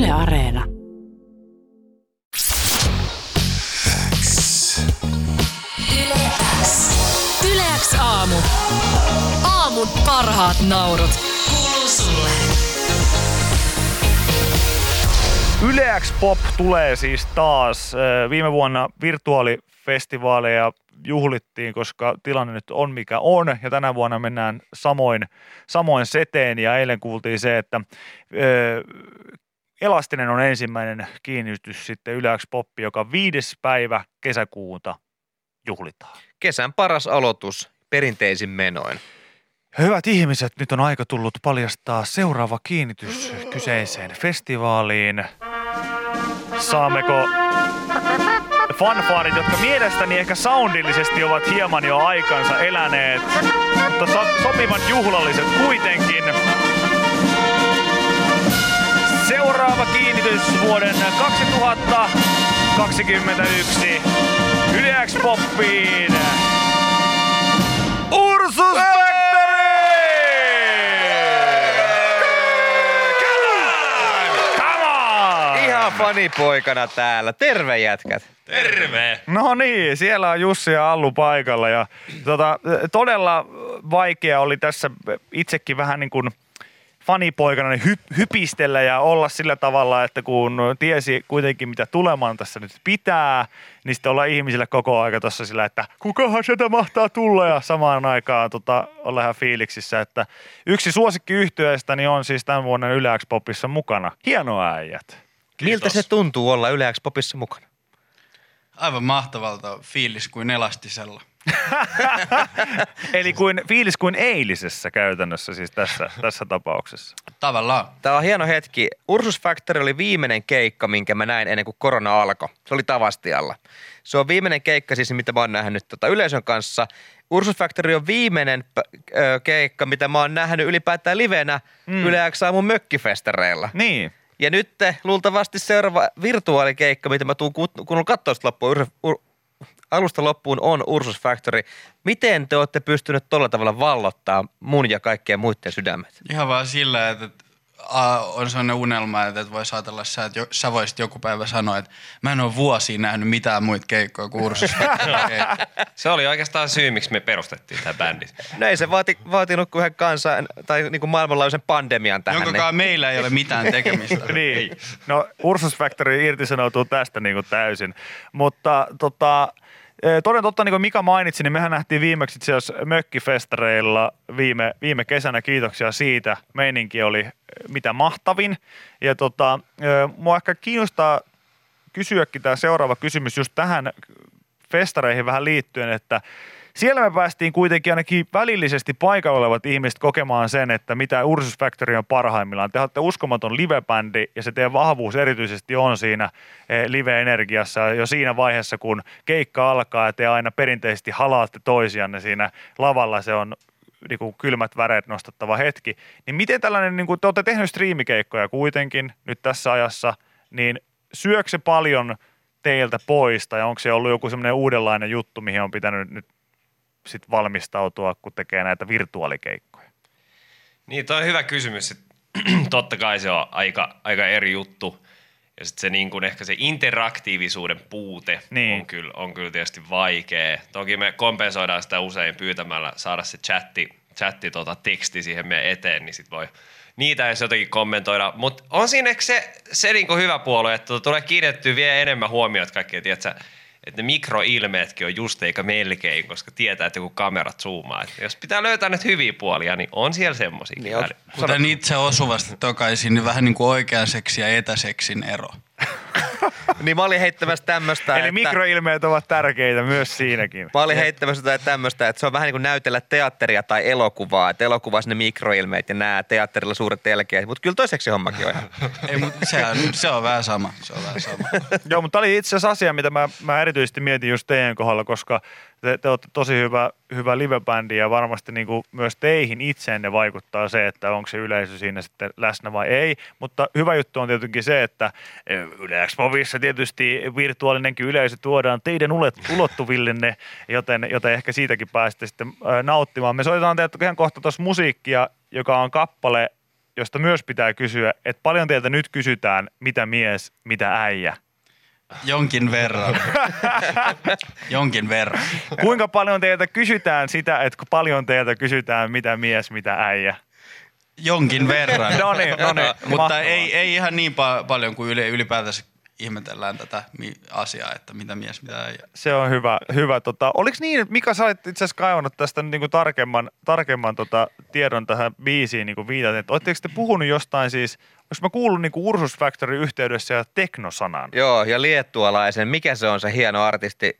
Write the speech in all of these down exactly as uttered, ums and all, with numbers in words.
Yle Areena. Yle X. Yle X aamu. Aamun parhaat naurut. Kuuluu sulle. Yle X Pop tulee siis taas. Viime vuonna virtuaalifestivaaleja juhlittiin, koska tilanne nyt on mikä on, ja tänä vuonna mennään samoin, samoin seteen, ja eilen kuultiin se, että ö, Elastinen on ensimmäinen kiinnitys sitten Yle X Pop, joka viides päivä kesäkuuta juhlitaan. Kesän paras aloitus perinteisin menoin. Hyvät ihmiset, nyt on aika tullut paljastaa seuraava kiinnitys kyseiseen festivaaliin. Saammeko fanfaarit, jotka mielestäni ehkä soundillisesti ovat hieman jo aikansa eläneet, mutta so- sopivat juhlalliset kuitenkin. Seuraava kiinnitys vuoden kaksituhattakaksikymmentäyksi Yle X Poppiin. Ursus Factory! Come on! Ihan fanipoikana täällä. Terve jätkät. Terve! No niin, siellä on Jussi ja Allu paikalla ja tota, todella vaikea oli tässä itsekin vähän niin kuin fanipoikana niin hy- hypistellä ja olla sillä tavalla, että kun tiesi kuitenkin mitä tulemaan tässä nyt pitää, niin sitten olla ihmisille koko aika tuossa sillä, että kukahan sieltä mahtaa tulla ja samaan aikaan tota, olla ihan fiiliksissä, että yksi suosikkiyhtyeestä niin on siis tämän vuoden Yle X Popissa mukana. Hienoa äijät. Kiitos. Miltä se tuntuu olla Yle X Popissa mukana? Aivan mahtavalta fiilis kuin elastisella. Eli kuin, fiilis kuin eilisessä käytännössä siis tässä, tässä tapauksessa. Tavallaan. Tämä on hieno hetki. Ursus Factory oli viimeinen keikka, minkä mä näin ennen kuin korona alkoi. Se oli Tavastialla. Se on viimeinen keikka siis, mitä mä oon nähnyt tota yleisön kanssa. Ursus Factory on viimeinen ö, keikka, mitä mä oon nähnyt ylipäätään livenä mm. Yle X aamun mökkifestareilla. Niin. Ja nyt luultavasti seuraava virtuaalikeikka, mitä mä tuun kun katsoa sitä loppuun, ur, ur, alusta loppuun on Ursus Factory. Miten te olette pystyneet tuolla tavalla vallottaa mun ja kaikkien muiden sydämet? Ihan vaan sillä, että a, on sellainen unelma, että voisi ajatella sä, että jo, sä voisit joku päivä sanoa, että mä en ole vuosiin nähnyt mitään muita keikkoja kuin Ursus Factory. Se oli oikeastaan syy, miksi me perustettiin tämä bändi. No ei se vaati, vaatinut kuin yhden kansan tai niin kuin maailmanlaajuisen pandemian tähän. Jonkakaan meillä ei ole mitään tekemistä. Niin. No Ursus Factory irtisanoutuu tästä niin kuin täysin, mutta tota, toden totta, niin kuin Mika mainitsi, niin mehän nähtiin viimeksi itse asiassa mökkifestareilla viime, viime kesänä. Kiitoksia siitä. Meininki oli mitä mahtavin. Ja tota, mua ehkä kiinnostaa kysyäkin tämä seuraava kysymys just tähän festareihin vähän liittyen, että siellä me päästiin kuitenkin ainakin välillisesti paikalla olevat ihmiset kokemaan sen, että mitä Ursus Factory on parhaimmillaan. Te olette uskomaton livebändi ja se teidän vahvuus erityisesti on siinä live-energiassa jo siinä vaiheessa, kun keikka alkaa ja te aina perinteisesti halaatte toisianne siinä lavalla. Se on niin kuin kylmät väreet nostattava hetki. Niin miten tällainen, niin kuin te olette tehneet striimikeikkoja kuitenkin nyt tässä ajassa, niin syökö se paljon teiltä pois tai onko se ollut joku semmoinen uudenlainen juttu, mihin on pitänyt nyt sit valmistautua, kun tekee näitä virtuaalikeikkoja? Niin, toi on hyvä kysymys. Totta kai se on aika, aika eri juttu. Ja sitten se niin kuin ehkä se interaktiivisuuden puute niin. on, kyllä, on kyllä tietysti vaikea. Toki me kompensoidaan sitä usein pyytämällä saada se chatti, chatti tota, teksti siihen meidän eteen, niin sit voi niitä edes jotenkin kommentoida. Mutta on siinä ehkä se, se niin kuin hyvä puoli, että tulee kiinnitettyä vielä enemmän huomioon kaikkea, tiedätkö, että ne mikroilmeetkin on just eikä melkein, koska tietää, että joku kamera zoomaa. Että jos pitää löytää nyt hyviä puolia, niin on siellä semmoisia. Niin kuten itse osuvasti tokaisin, niin vähän niin kuin oikean seksin ja etäseksin ero. Niin mä olin heittämässä tämmöistä, Eli että mikroilmeet ovat tärkeitä myös siinäkin. Mä olin heittämässä jotain tämmöistä, että se on vähän niin kuin näytellä teatteria tai elokuvaa. Että elokuvassa ne mikroilmeet ja nämä teatterilla suuret telkeet. Mutta kyllä toiseksi hommakin on. Ei, mutta se on, se on vähän sama. Se on vähän sama. Joo, mutta tämä oli itse asiassa asia, mitä mä, mä erityisesti mietin just teidän kohdalla, koska te, te olette tosi hyvä, hyvä livebändi ja varmasti niin kuin myös teihin itseenne vaikuttaa se, että onko se yleisö siinä sitten läsnä vai ei. Mutta hyvä juttu on tietenkin se, että Yle X Popissa tietysti virtuaalinenkin yleisö tuodaan teidän ulottuvillenne, joten, joten ehkä siitäkin pääsette sitten nauttimaan. Me soitetaan teille ihan kohta tuossa musiikkia, joka on kappale, josta myös pitää kysyä, että paljon teiltä nyt kysytään, mitä mies, mitä äijä. Jonkin verran. Jonkin verran. Kuinka paljon teiltä kysytään sitä, että paljon teiltä kysytään, mitä mies, mitä äijä? Jonkin verran. No niin, no niin. Mutta ei, ei ihan niin pa- paljon kuin ylipäätänsä ihmetellään tätä asiaa, että mitä mies, mitä äijä. Se on hyvä. hyvä. Tota, oliko niin, että Mika, sä olet itse asiassa kaivannut tästä niin kuin tarkemman, tarkemman tota, tiedon tähän biisiin niin kuin viitaten, että oletteko te puhunut jostain siis, onko mä kuullut niin kuin Ursus Factory yhteydessä ja teknosanan? Joo, ja liettualaisen. Mikä se on se hieno artisti?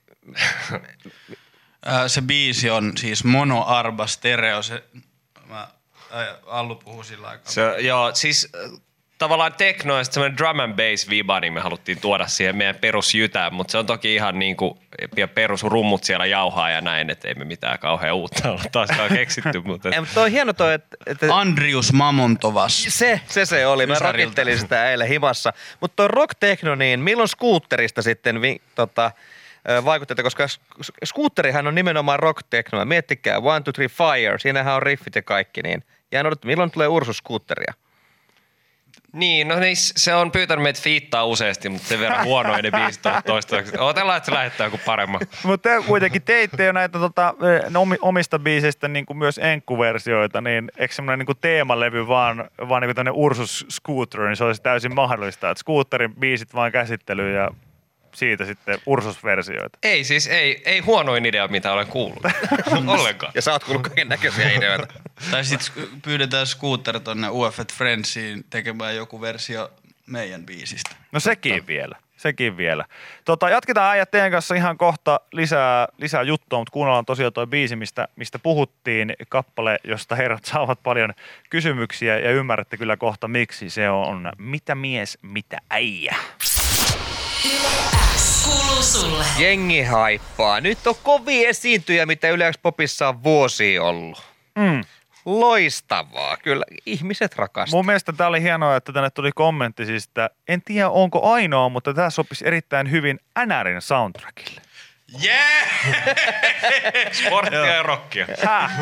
Se biisi on siis Mono Arba Stereo. Se, mä, Allu puhuu sillä aikaa. Se, joo, siis äh, tavallaan tekno ja semmoinen drum and bass viba, niin me haluttiin tuoda siihen meidän perusjytään, mutta se on toki ihan niin kuin perusrummut siellä jauhaa ja näin, että ei me mitään kauhean uutta olla taaskaan keksitty. Mutta Ei, mutta toi on hieno toi, että... että Andrius Mamontovas. Se, se se oli. Mä Ysäriltä. rakittelin sitä eilen himassa. Mutta toi rock-tekno, niin milloin skuutterista sitten vi, tota, ö, vaikutteita? Koska sk- skuutterihan on nimenomaan rock-teknoa. Miettikää, One, Two, Three, Fire. Siinähän on riffit ja kaikki. Niin. Ja odot, milloin tulee Ursus skuutteria? niin, no niin, se on pyytänyt meitä fiittaa useasti, mutta sen verran huonoja ne biisit on toistaiseksi. Odotellaan, että se lähettää joku paremman. Mutta te kuitenkin teitte jo näitä tota, omista biiseistä niin kuin myös enkkuversioita, niin eikö semmoinen niin kuin teemalevy vaan, vaan niin kuin Ursus Scooter, niin se olisi täysin mahdollista, että Scooterin biisit vaan käsittelyyn ja siitä sitten Ursus-versioita. Ei siis, ei, ei huonoin idea, mitä olen kuullut. Ollenkaan. Ja sä oot kuullut kaiken näköisiä ideoita. Tai sitten pyydetään Scooter tonne U F at Friendsiin tekemään joku versio meidän biisistä. No sekin vielä, sekin vielä. Tota, jatketaan äijät teidän kanssa ihan kohta lisää, lisää juttua, mutta kuunnellaan tosiaan toi biisi, mistä, mistä puhuttiin, kappale, josta herrat saavat paljon kysymyksiä ja ymmärrätte kyllä kohta miksi se on Mitä mies, mitä äijä. Yle X kuuluu sulle. Jengi haippaa. Nyt on kovia esiintyjä, mitä Yle X Popissa on vuosia ollut. Mm. Loistavaa. Kyllä ihmiset rakastaa. Mun mielestä tää oli hienoa, että tänne tuli kommentti siis, että en tiedä onko ainoa, mutta tämä sopisi erittäin hyvin N R:n soundtrackille. Yeah! Sporttia ja rockia. Häh?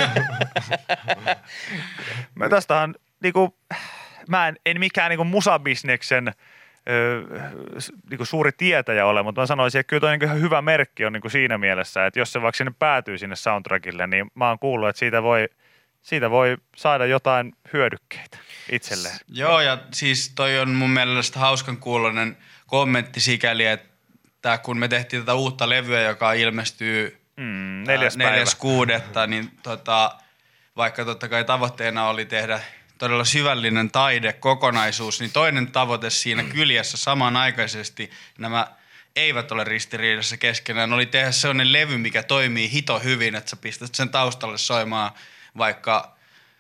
Mä tästähän niinku, mä en, en mikään niinku musabisneksen öö, niinku suuri tietäjä ole, mutta mä sanoisin, että kyllä toi niinku ihan hyvä merkki on niinku siinä mielessä, että jos se vaikka sinne päätyy sinne soundtrackille, niin mä oon kuullut, että siitä voi, siitä voi saada jotain hyödykkeitä itselleen. Joo, ja siis toi on mun mielestä hauskan kuuloinen kommentti sikäli, että kun me tehtiin tätä uutta levyä, joka ilmestyy Mm, neljäs ää, neljäs päivä. kuudetta, niin tota, vaikka totta kai tavoitteena oli tehdä todella syvällinen taidekokonaisuus, niin toinen tavoite siinä kyljessä samanaikaisesti nämä eivät ole ristiriidassa keskenään, oli tehdä sellainen levy, mikä toimii hito hyvin, että sä pistät sen taustalle soimaan vaikka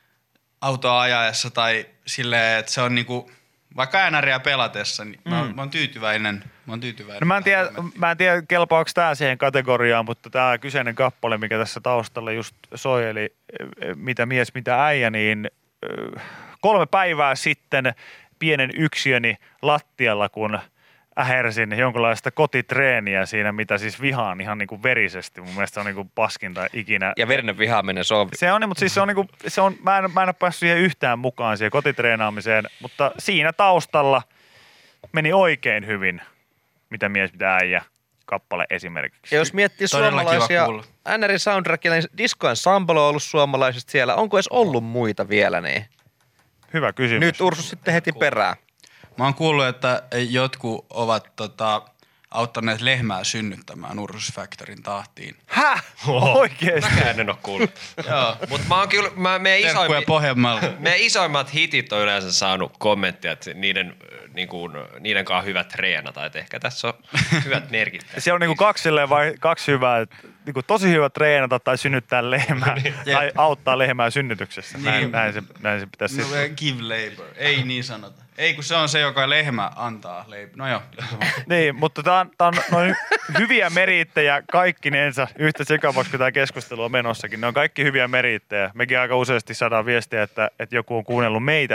autoa ajaessa tai silleen, että se on niinku, vaikka N R:ää pelatessa, niin mm. mä, oon, mä oon tyytyväinen. Mä oon tyytyväinen. No mä en tiedä, mä en tiedä kelpaako tää siihen kategoriaan, mutta tämä kyseinen kappale, mikä tässä taustalla just soi, eli Mitä mies, mitä äijä, niin kolme päivää sitten pienen yksiöni lattialla, kun ähersin jonkinlaista kotitreeniä siinä, mitä siis vihaan ihan niin kuin verisesti. Mun mielestä se on niin kuin paskinta ikinä. Ja verinen vihaaminen, se on... Se on, mutta siis se on niin kuin, se on, mä en, mä en ole päässyt siihen yhtään mukaan siihen kotitreenaamiseen, mutta siinä taustalla meni oikein hyvin, mitä mies, mitä äijä kappale esimerkiksi. Ja jos miettii Todella kiva suomalaisia kuulla. N R:n soundtrackilla, niin Disco Ensemble on ollut suomalaisista siellä. Onko edes ollut muita vielä niin? Hyvä kysymys. Nyt Ursus sitten heti perään. Mä oon kuullut, että jotkut ovat tota, auttaneet lehmää synnyttämään Ursus Factorin tahtiin. Häh? Oikeesti? Mäkään en ole kuullut. Joo. Mutta mä oon kyllä, mä, meidän, Terkkuja isoimmat, Pohjanmaalta. meidän isoimmat hitit on yleensä saanut kommenttia, että niiden, niin kuin, niiden kanssa on hyvä treenata. Että ehkä tässä on hyvät merkit. Se on niinku kaksi, silleen vai, kaksi hyvää, että niinku tosi hyvä treenata tai synnyttää lehmää tai auttaa lehmää synnytyksessä. Näin, Niin. näin, se, näin se pitäisi No, sitten. give labor. Ei niin sanota. Ei, kun se on se, joka lehmä antaa labor. No joo. Niin, mutta tämä on, tää on noin hyviä meriittejä kaikkinensa yhtä sekavaksi, kun tämä keskustelu on menossakin. Ne on kaikki hyviä meriittejä. Mekin aika useasti saadaan viestiä, että, että joku on kuunnellut meitä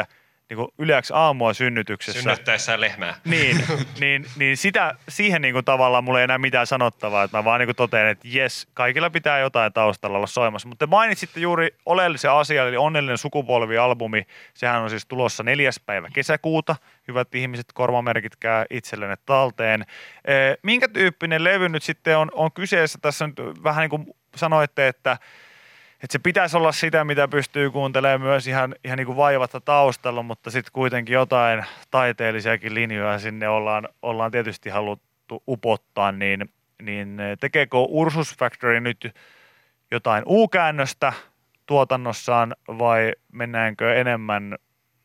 niin kuin Yle X aamua synnytyksessä. Synnyttäessään lehmää. Niin, niin, niin sitä, siihen niin kuin tavallaan mulla ei enää mitään sanottavaa, että mä vaan niin kuin totean, että jes, kaikilla pitää jotain taustalla olla soimassa. Mutta te mainitsitte juuri oleellisen asian, eli Onnellinen sukupolvi-albumi. Sehän on siis tulossa neljäs päivä kesäkuuta. Hyvät ihmiset, korvamerkitkää itsellenne talteen. Minkä tyyppinen levy nyt sitten on, on kyseessä? Tässä nyt vähän niin kuin sanoitte, että Että se pitäisi olla sitä, mitä pystyy kuuntelemaan myös ihan, ihan niin kuin vaivatta taustalla, mutta sitten kuitenkin jotain taiteellisiakin linjoja sinne ollaan, ollaan tietysti haluttu upottaa, niin, niin tekeekö Ursus Factory nyt jotain U-käännöstä tuotannossaan vai mennäänkö enemmän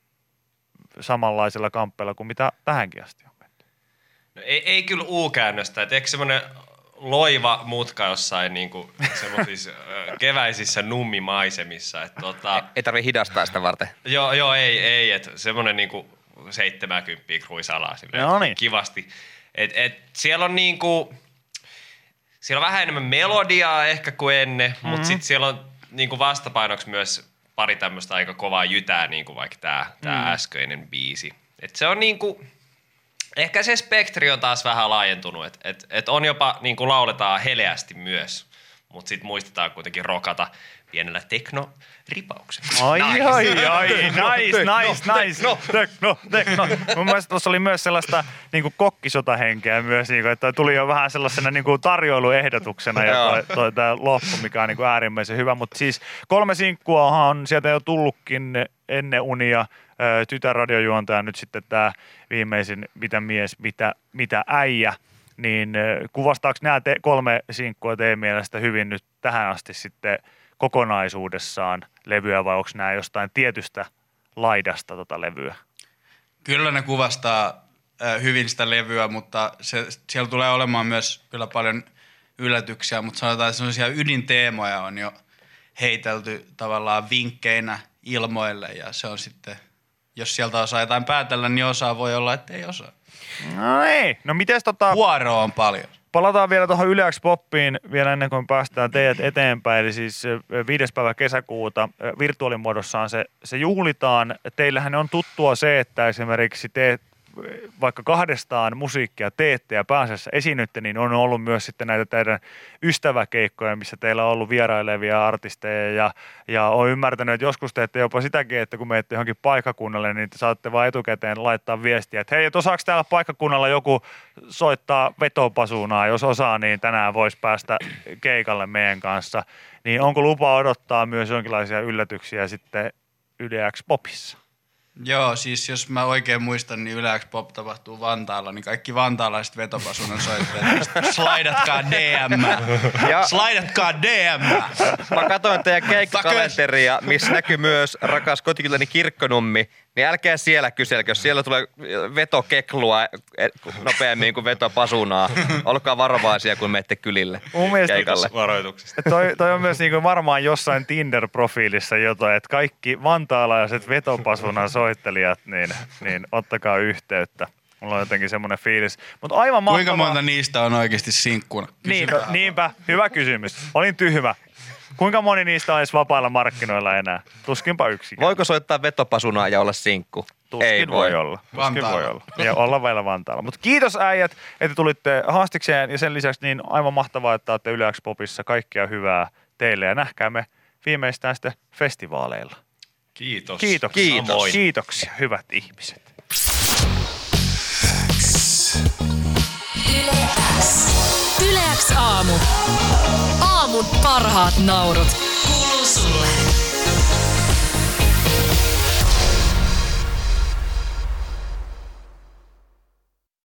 samanlaisella kamppeella kuin mitä tähänkin asti on menty? No ei, ei kyllä U-käännöstä, että eikö semmoinen loiva mutka jossain niinku semmoisissa keväisissä nummimaisemissa. Et tota, Ei tarvitse hidastaa sitä varten. Joo, joo ei, ei että semmoinen niinku seitsemänkymmentä kruisalaa silleen No niin. kivasti. Et, et siellä on niinku, siellä on vähän enemmän melodiaa ehkä kuin ennen, mm-hmm. mutta sitten siellä on niinku vastapainoksi myös pari tämmöistä aika kovaa jytää, niinku vaikka tää, tää mm. äskeinen biisi. Et se on niinku... Ehkä se spektri on taas vähän laajentunut, että et, et on jopa niin kuin lauletaan heleästi myös, mutta sitten muistetaan kuitenkin rokata pienellä tekno-ripauksella. Ai, nice. ai, ai, nice, nice, nice, tekno, tekno. Mun mielestä tuossa oli myös sellaista niin kuin kokkisotahenkeä myös, niin kuin, että tuli jo vähän sellaisena niin kuin tarjoiluehdotuksena ja toi, toi tämä loppu, mikä on niin kuin äärimmäisen hyvä. Mutta siis kolme sinkkua on sieltä jo tullutkin ennen unia. Tytärradiojuontaja nyt sitten tämä viimeisin Mitä mies, mitä, mitä äijä, niin kuvastaako nämä te, kolme sinkkua teidän mielestä hyvin nyt tähän asti sitten kokonaisuudessaan levyä vai onko nämä jostain tietystä laidasta tota levyä? Kyllä ne kuvastaa äh, hyvin sitä levyä, mutta se, siellä tulee olemaan myös kyllä paljon yllätyksiä, mutta sanotaan, että sellaisia ydinteemoja on jo heitelty tavallaan vinkkeinä ilmoille ja se on sitten... Jos sieltä osaa jotain päätellä, niin osaa voi olla, että ei osaa. No ei. No mites tota... Vuoroa on paljon. Palataan vielä tuohon Yle X Poppiin vielä ennen kuin päästään teidät eteenpäin. Eli siis viides päivä kesäkuuta virtuaalimuodossaan se, se juhlitaan. Teillähän on tuttua se, että esimerkiksi te vaikka kahdestaan musiikkia teette ja pääasiassa esiinnytte, niin on ollut myös sitten näitä teidän ystäväkeikkoja, missä teillä on ollut vierailevia artisteja ja, ja olen ymmärtänyt, että joskus teette jopa sitäkin, että kun menette johonkin paikkakunnalle, niin te saatte vaan etukäteen laittaa viestiä, että hei, et osaako täällä paikkakunnalla joku soittaa vetopasunaa, jos osaa, niin tänään voisi päästä keikalle meidän kanssa. Niin onko lupa odottaa myös jonkinlaisia yllätyksiä sitten Yle X Popissa? Joo, siis jos mä oikein muistan, niin Yle X Pop tapahtuu Vantaalla, niin kaikki vantaalaiset vetopasunan soittajat, slaidatkaa D M. Slaidatkaa D M. Mä katsoin teidän keikkakalenteria, missä näkyy myös rakas kotikyläni Kirkkonummi, niin älkää siellä kyselkö, jos siellä tulee vetokeklua nopeammin kuin vetopasunaa. Olkaa varovaisia, kun menette kylille keikalle. Varoituksesta. Toi, toi on myös niinku varmaan jossain Tinder-profiilissa jotain, että kaikki vantaalaiset vetopasunan soittelijat, niin, niin ottakaa yhteyttä. Mulla on jotenkin semmoinen fiilis. Mutta aivan mahtavaa. Kuinka monta niistä on oikeasti sinkkuna? Niin, no, niinpä, hyvä kysymys. Olin tyhmä. Kuinka moni niistä on edes vapailla markkinoilla enää? Tuskinpa yksikään. Voiko soittaa vetopasunaa ja olla sinkku? Tuskin Ei voi, voi olla. Tuskin Vantaalla. voi olla. Ja olla vielä Vantaalla. Mutta kiitos äijät, että tulitte haastikseen ja sen lisäksi niin aivan mahtavaa, että olette Yle X Popissa. Kaikkea hyvää teille ja nähkäämme viimeistään sitten festivaaleilla. Kiitos. Kiitoksia. Kiitos. Kiitoksia, hyvät ihmiset. Yle X aamu. Aamun parhaat naurut. Kuuluu sulle.